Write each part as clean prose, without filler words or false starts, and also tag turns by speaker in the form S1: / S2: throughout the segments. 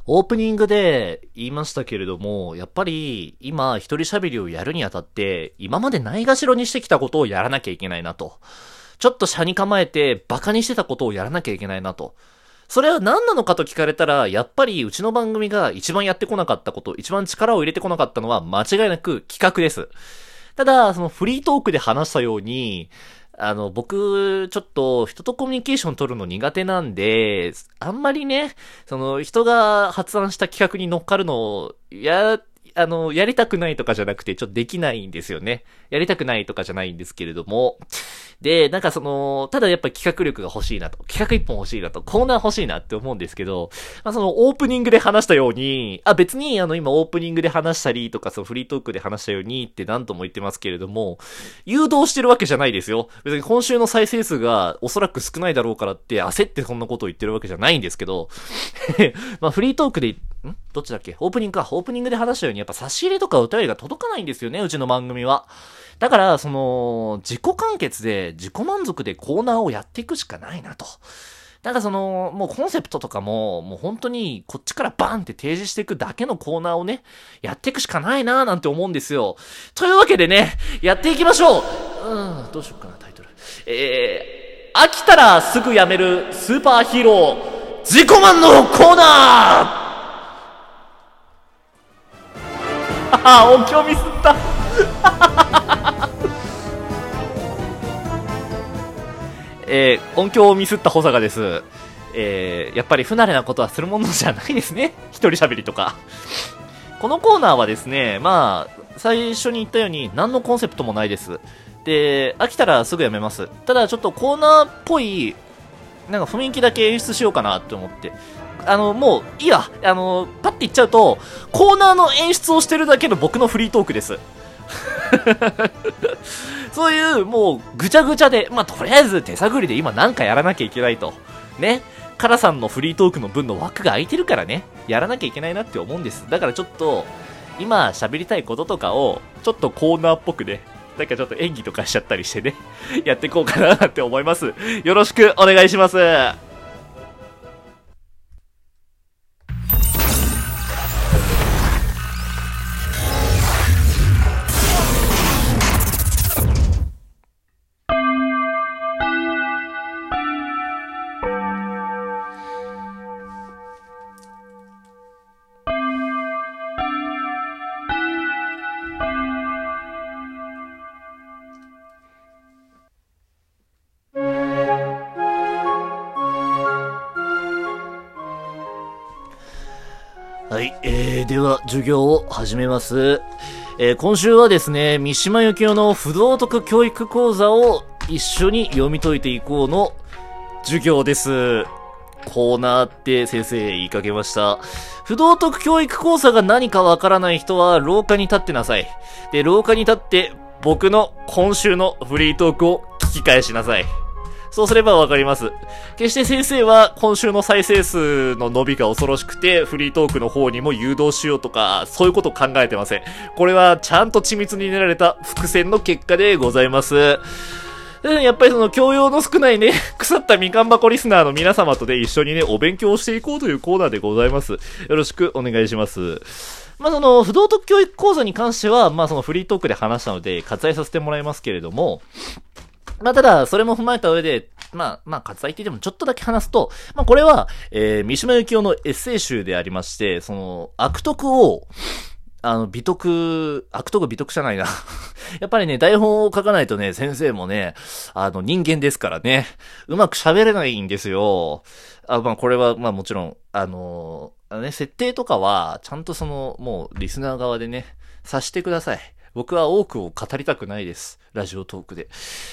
S1: オープニングで言いましたけれども、やっぱり今一人喋りをやるにあたって、今までないがしろにしてきたことをやらなきゃいけないなと。ちょっと車に構えてバカにしてたことをやらなきゃいけないなと。それは何なのかと聞かれたら、やっぱりうちの番組が一番やってこなかったこと、一番力を入れてこなかったのは間違いなく企画です。ただ、そのフリートークで話したように、僕、ちょっと人とコミュニケーション取るの苦手なんで、あんまりね、その人が発案した企画に乗っかるのを、やりたくないとかじゃなくて、ちょっとできないんですよね。やりたくないとかじゃないんですけれども。で、なんかただやっぱ企画力が欲しいなと。企画一本欲しいなと。コーナー欲しいなって思うんですけど、そのオープニングで話したように、別に今オープニングで話したりとか、フリートークで話したようにって何度も言ってますけれども、誘導してるわけじゃないですよ。別に今週の再生数がおそらく少ないだろうからって焦ってそんなことを言ってるわけじゃないんですけど、フリートークで、どっちだっけ？オープニングで話したようにやっぱ差し入れとかお便りが届かないんですよね、うちの番組は。だから、自己完結で、自己満足でコーナーをやっていくしかないなと。なんかもうコンセプトとかも、もう本当にこっちからバーンって提示していくだけのコーナーをね、やっていくしかないなーなんて思うんですよ。というわけでね、やっていきましょう。どうしようかな、タイトル。飽きたらすぐやめるスーパーヒーロー、自己満のコーナー音響ミスった音響をミスった保坂です。やっぱり不慣れなことはするものじゃないですね。一人喋りとか。このコーナーはですね、最初に言ったように何のコンセプトもないです。で、飽きたらすぐやめます。ただちょっとコーナーっぽい、なんか雰囲気だけ演出しようかなって思って。もういいわ。パッて言っちゃうと、コーナーの演出をしてるだけの僕のフリートークです。そういう、もう、ぐちゃぐちゃで、とりあえず手探りで今なんかやらなきゃいけないと。ね。カラさんのフリートークの分の枠が空いてるからね、やらなきゃいけないなって思うんです。だからちょっと、今喋りたいこととかを、ちょっとコーナーっぽくね、なんかちょっと演技とかしちゃったりしてね、やっていこうかなって思います。よろしくお願いします。はい、では授業を始めます。今週はですね、三島由紀夫の不道徳教育講座を一緒に読み解いていこうの授業です。コーナーって先生言いかけました。不道徳教育講座が何かわからない人は廊下に立ってなさい。で、廊下に立って僕の今週のフリートークを聞き返しなさい。そうすればわかります。決して先生は今週の再生数の伸びが恐ろしくてフリートークの方にも誘導しようとかそういうことを考えてません。これはちゃんと緻密に練られた伏線の結果でございます。やっぱり教養の少ないね、腐ったみかん箱リスナーの皆様と一緒にね、お勉強をしていこうというコーナーでございます。よろしくお願いします。不道徳教育講座に関しては、フリートークで話したので割愛させてもらいますけれども、ただ、それも踏まえた上で、割愛って言ってもちょっとだけ話すと、これは、三島由紀夫のエッセイ集でありまして、悪徳を、悪徳じゃないな。やっぱりね、台本を書かないとね、先生もね、人間ですからね、うまく喋れないんですよ。これは、もちろん、設定とかは、ちゃんともう、リスナー側でね、察してください。僕は多くを語りたくないです。ラジオトークで。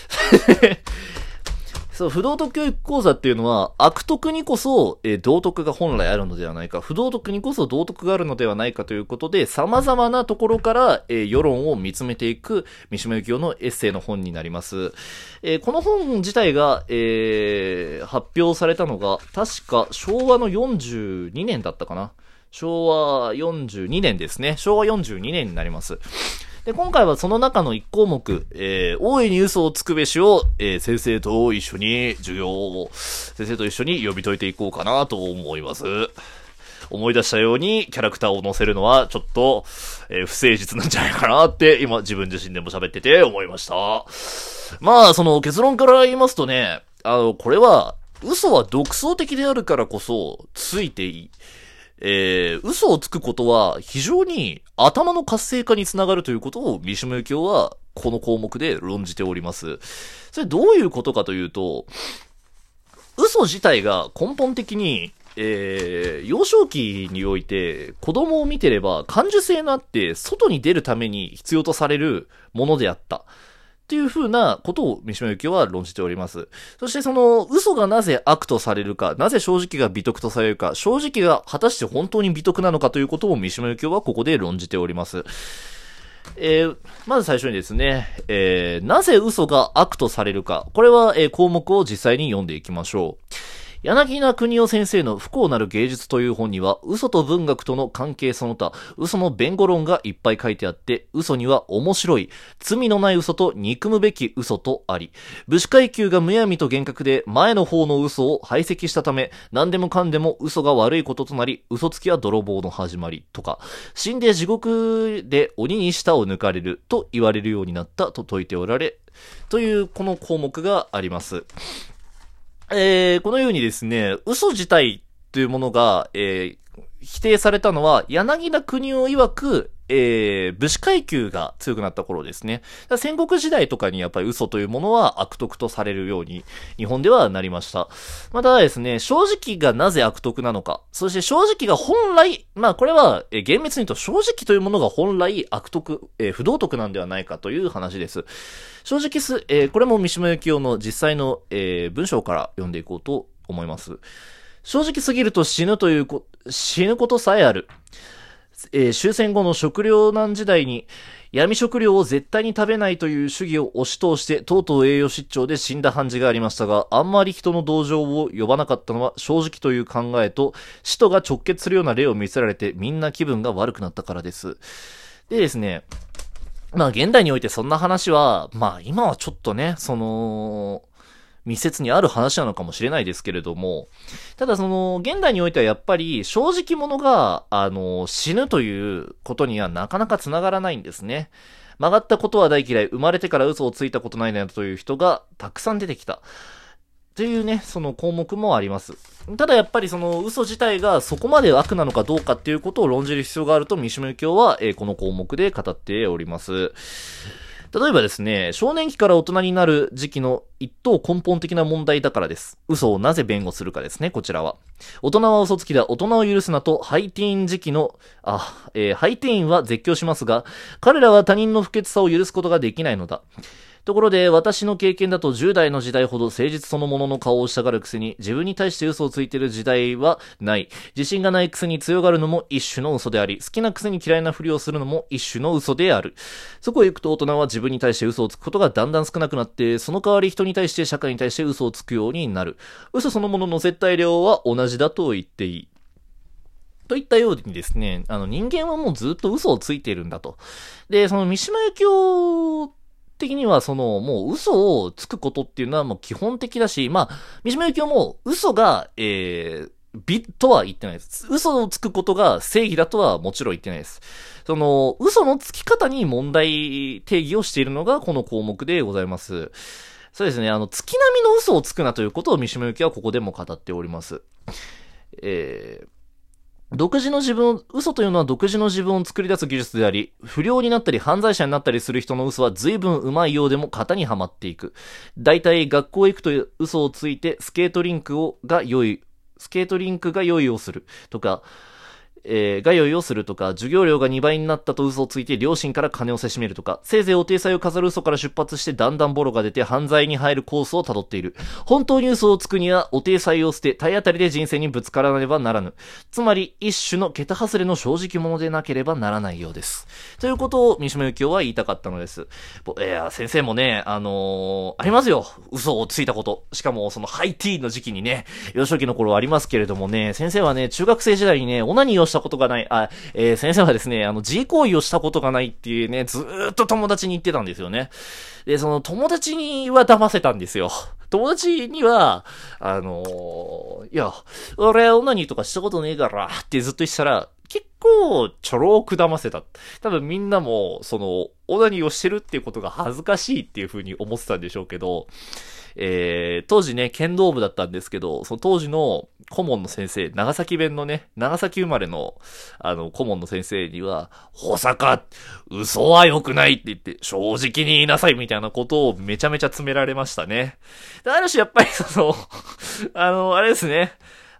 S1: そう、不道徳教育講座っていうのは、悪徳にこそ、道徳が本来あるのではないか、不道徳にこそ道徳があるのではないかということで、様々なところから、世論を見つめていく、三島由紀夫のエッセイの本になります。この本自体が、発表されたのが、確か昭和の42年だったかな。昭和42年ですね。昭和42年になります。で、今回はその中の1項目、大いに嘘をつくべしを、先生と一緒に読み解いていこうかなと思います。 思い出したようにキャラクターを載せるのはちょっと、不誠実なんじゃないかなって今自分自身でも喋ってて思いました。まあその結論から言いますとね、これは嘘は独創的であるからこそついていい。嘘をつくことは非常に頭の活性化につながるということを三島由紀夫はこの項目で論じております。それどういうことかというと、嘘自体が根本的に、幼少期において子供を見てれば感受性のあって外に出るために必要とされるものであった。っていう風なことを三島由紀夫は論じております。そしてその嘘がなぜ悪とされるか、なぜ正直が美徳とされるか、正直が果たして本当に美徳なのかということを三島由紀夫はここで論じております。まず最初にですね、なぜ嘘が悪とされるか、これは、項目を実際に読んでいきましょう。柳名邦夫先生の不幸なる芸術という本には、嘘と文学との関係その他、嘘の弁護論がいっぱい書いてあって、嘘には面白い、罪のない嘘と憎むべき嘘とあり、武士階級がむやみと厳格で前の方の嘘を排斥したため、何でもかんでも嘘が悪いこととなり、嘘つきは泥棒の始まりとか、死んで地獄で鬼に舌を抜かれると言われるようになったと説いておられ、というこの項目があります。このようにですね、嘘自体というものが、否定されたのは、柳田国夫曰く、武士階級が強くなった頃ですね。戦国時代とかにやっぱり嘘というものは悪徳とされるように、日本ではなりました。またですね、正直がなぜ悪徳なのか、そして正直が本来、まあこれは、厳密に言うと正直というものが本来悪徳、不道徳なんではないかという話です。正直これも三島由紀夫の実際の、文章から読んでいこうと思います。正直すぎると死ぬことさえある。終戦後の食糧難時代に闇食料を絶対に食べないという主義を押し通してとうとう栄養失調で死んだ判事がありましたが、あんまり人の同情を呼ばなかったのは正直という考えと死とが直結するような例を見せられてみんな気分が悪くなったからです。でですね、まあ現代においてそんな話は、まあ今はちょっとね、密接にある話なのかもしれないですけれども、ただ現代においてはやっぱり正直者が、死ぬということにはなかなか繋がらないんですね。曲がったことは大嫌い、生まれてから嘘をついたことないなどという人がたくさん出てきた。というね、その項目もあります。ただやっぱり嘘自体がそこまで悪なのかどうかっていうことを論じる必要があると三島由紀夫は、この項目で語っております。例えばですね、少年期から大人になる時期の一等根本的な問題だからです。嘘をなぜ弁護するかですね、こちらは。大人は嘘つきだ、大人を許すなと、ハイティーン時期の、ハイティーンは絶叫しますが、彼らは他人の不潔さを許すことができないのだ。ところで私の経験だと10代の時代ほど誠実そのものの顔をしたがるくせに自分に対して嘘をついている時代はない。自信がないくせに強がるのも一種の嘘であり、好きなくせに嫌いなふりをするのも一種の嘘である。そこへ行くと大人は自分に対して嘘をつくことがだんだん少なくなって、その代わり人に対して社会に対して嘘をつくようになる。嘘そのものの絶対量は同じだと言っていい。といったようにですね、人間はもうずっと嘘をついているんだと。で、三島由紀夫的にはもう嘘をつくことっていうのはもう基本的だし、まあ、三島由紀夫も嘘が、美とは言ってないです。嘘をつくことが正義だとはもちろん言ってないです。嘘のつき方に問題定義をしているのがこの項目でございます。そうですね、月並みの嘘をつくなということを三島由紀夫はここでも語っております。嘘というのは独自の自分を作り出す技術であり、不良になったり犯罪者になったりする人の嘘は随分上手いようでも型にはまっていく。だいたい学校へ行くという嘘をついてスケートリンクが用意をするとか、授業料が2倍になったと嘘をついて両親から金をせしめるとか、せいぜいお体裁を飾る嘘から出発してだんだんボロが出て犯罪に入るコースを辿っている。本当に嘘をつくにはお体裁を捨て体当たりで人生にぶつからねばならぬ。つまり一種の桁外れの正直者でなければならないようです。ということを三島由紀夫は言いたかったのです。先生もね、ありますよ。嘘をついたこと。しかもハイティーンの時期にね、幼少期の頃ありますけれどもね、先生はね、中学生時代にね、オナニーをしたしたことがない、先生はですね、自慰行為をしたことがないっていうね、ずーっと友達に言ってたんですよね。で、その友達には騙せたんですよ。友達には、いや、俺オナニーとかしたことねえからってずっと言ってたら、結構ちょろーく騙せた。多分みんなも、オナニーをしてるっていうことが恥ずかしいっていう風に思ってたんでしょうけど、当時ね、剣道部だったんですけど、その当時の顧問の先生、長崎弁のね、長崎生まれの、顧問の先生には、保坂、嘘は良くないって言って、正直に言いなさいみたいなことをめちゃめちゃ詰められましたね。である種やっぱりあれですね、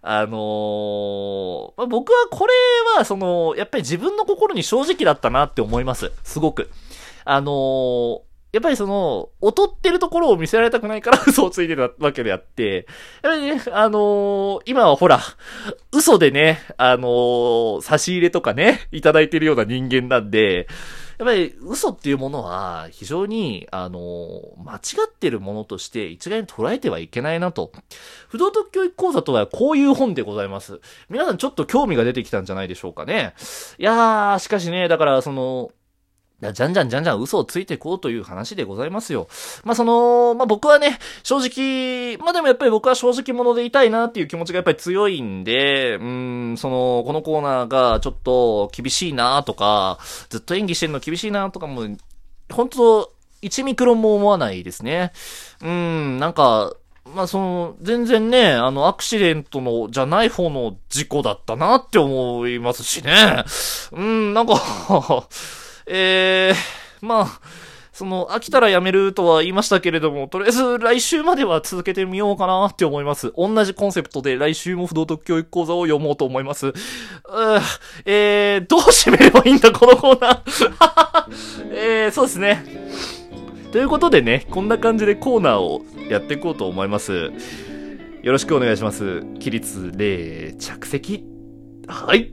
S1: 僕はこれは、やっぱり自分の心に正直だったなって思います。すごく。やっぱり劣ってるところを見せられたくないから嘘をついてたわけであって、やっぱりね、今はほら、嘘でね、差し入れとかね、いただいてるような人間なんで、やっぱり嘘っていうものは非常に、間違ってるものとして一概に捉えてはいけないなと。不道徳教育講座とはこういう本でございます。皆さんちょっと興味が出てきたんじゃないでしょうかね。いやー、しかしね、だからじゃんじゃん嘘をついていこうという話でございますよ。僕はね、正直、でもやっぱり僕は正直者でいたいなっていう気持ちがやっぱり強いんで、このコーナーがちょっと厳しいなとか、ずっと演技してるの厳しいなとかも、本当1ミクロンも思わないですね。なんか、全然ね、アクシデントの、じゃない方の事故だったなって思いますしね。なんか飽きたらやめるとは言いましたけれども、とりあえず来週までは続けてみようかなって思います。同じコンセプトで来週も不道徳教育講座を読もうと思います。どう締めればいいんだ、このコーナー。そうですね。ということでね、こんな感じでコーナーをやっていこうと思います。よろしくお願いします。起立、礼、着席。はい。